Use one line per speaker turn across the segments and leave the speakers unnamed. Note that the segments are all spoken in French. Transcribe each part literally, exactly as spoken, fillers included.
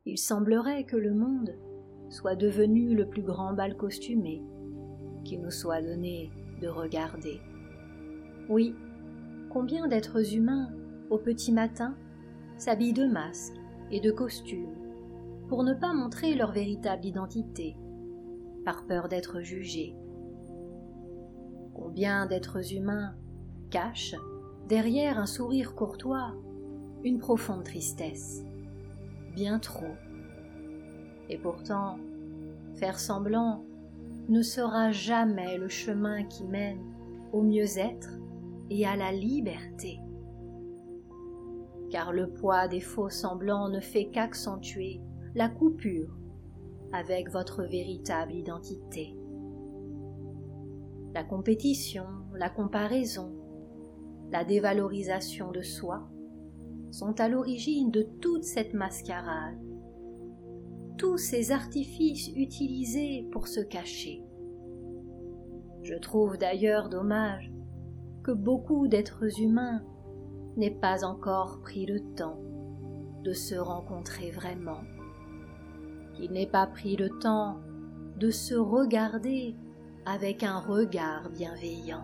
Il semblerait que le monde soit devenu le plus grand bal costumé qu'il nous soit donné de regarder. Oui, combien d'êtres humains, au petit matin, s'habillent de masques et de costumes pour ne pas montrer leur véritable identité, par peur d'être jugés. Combien d'êtres humains cachent, derrière un sourire courtois, une profonde tristesse, bien trop. Et pourtant, faire semblant ne sera jamais le chemin qui mène au mieux-être et à la liberté. Car le poids des faux semblants ne fait qu'accentuer la coupure avec votre véritable identité. La compétition, la comparaison, la dévalorisation de soi sont à l'origine de toute cette mascarade, tous ces artifices utilisés pour se cacher. Je trouve d'ailleurs dommage que beaucoup d'êtres humains n'aient pas encore pris le temps de se rencontrer vraiment, qu'ils n'aient pas pris le temps de se regarder avec un regard bienveillant.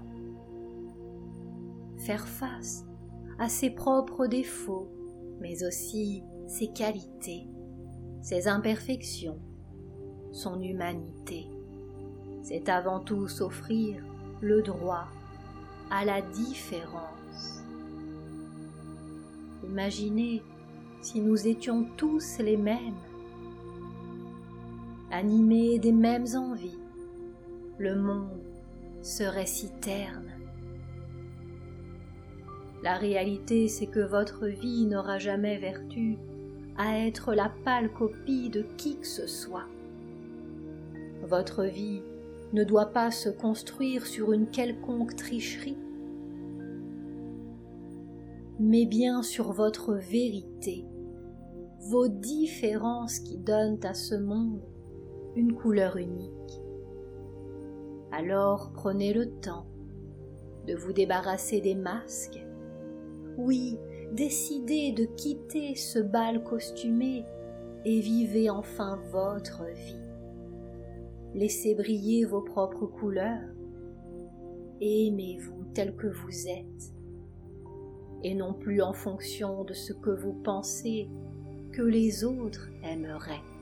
Faire face à ses propres défauts, mais aussi ses qualités, ses imperfections, son humanité. C'est avant tout s'offrir le droit à la différence. Imaginez si nous étions tous les mêmes, animés des mêmes envies, le monde serait si terne. La réalité, c'est que votre vie n'aura jamais vertu à être la pâle copie de qui que ce soit. Votre vie ne doit pas se construire sur une quelconque tricherie, mais bien sur votre vérité, vos différences qui donnent à ce monde une couleur unique. Alors prenez le temps de vous débarrasser des masques. Oui, décidez de quitter ce bal costumé et vivez enfin votre vie. Laissez briller vos propres couleurs et aimez-vous tel que vous êtes, et non plus en fonction de ce que vous pensez que les autres aimeraient.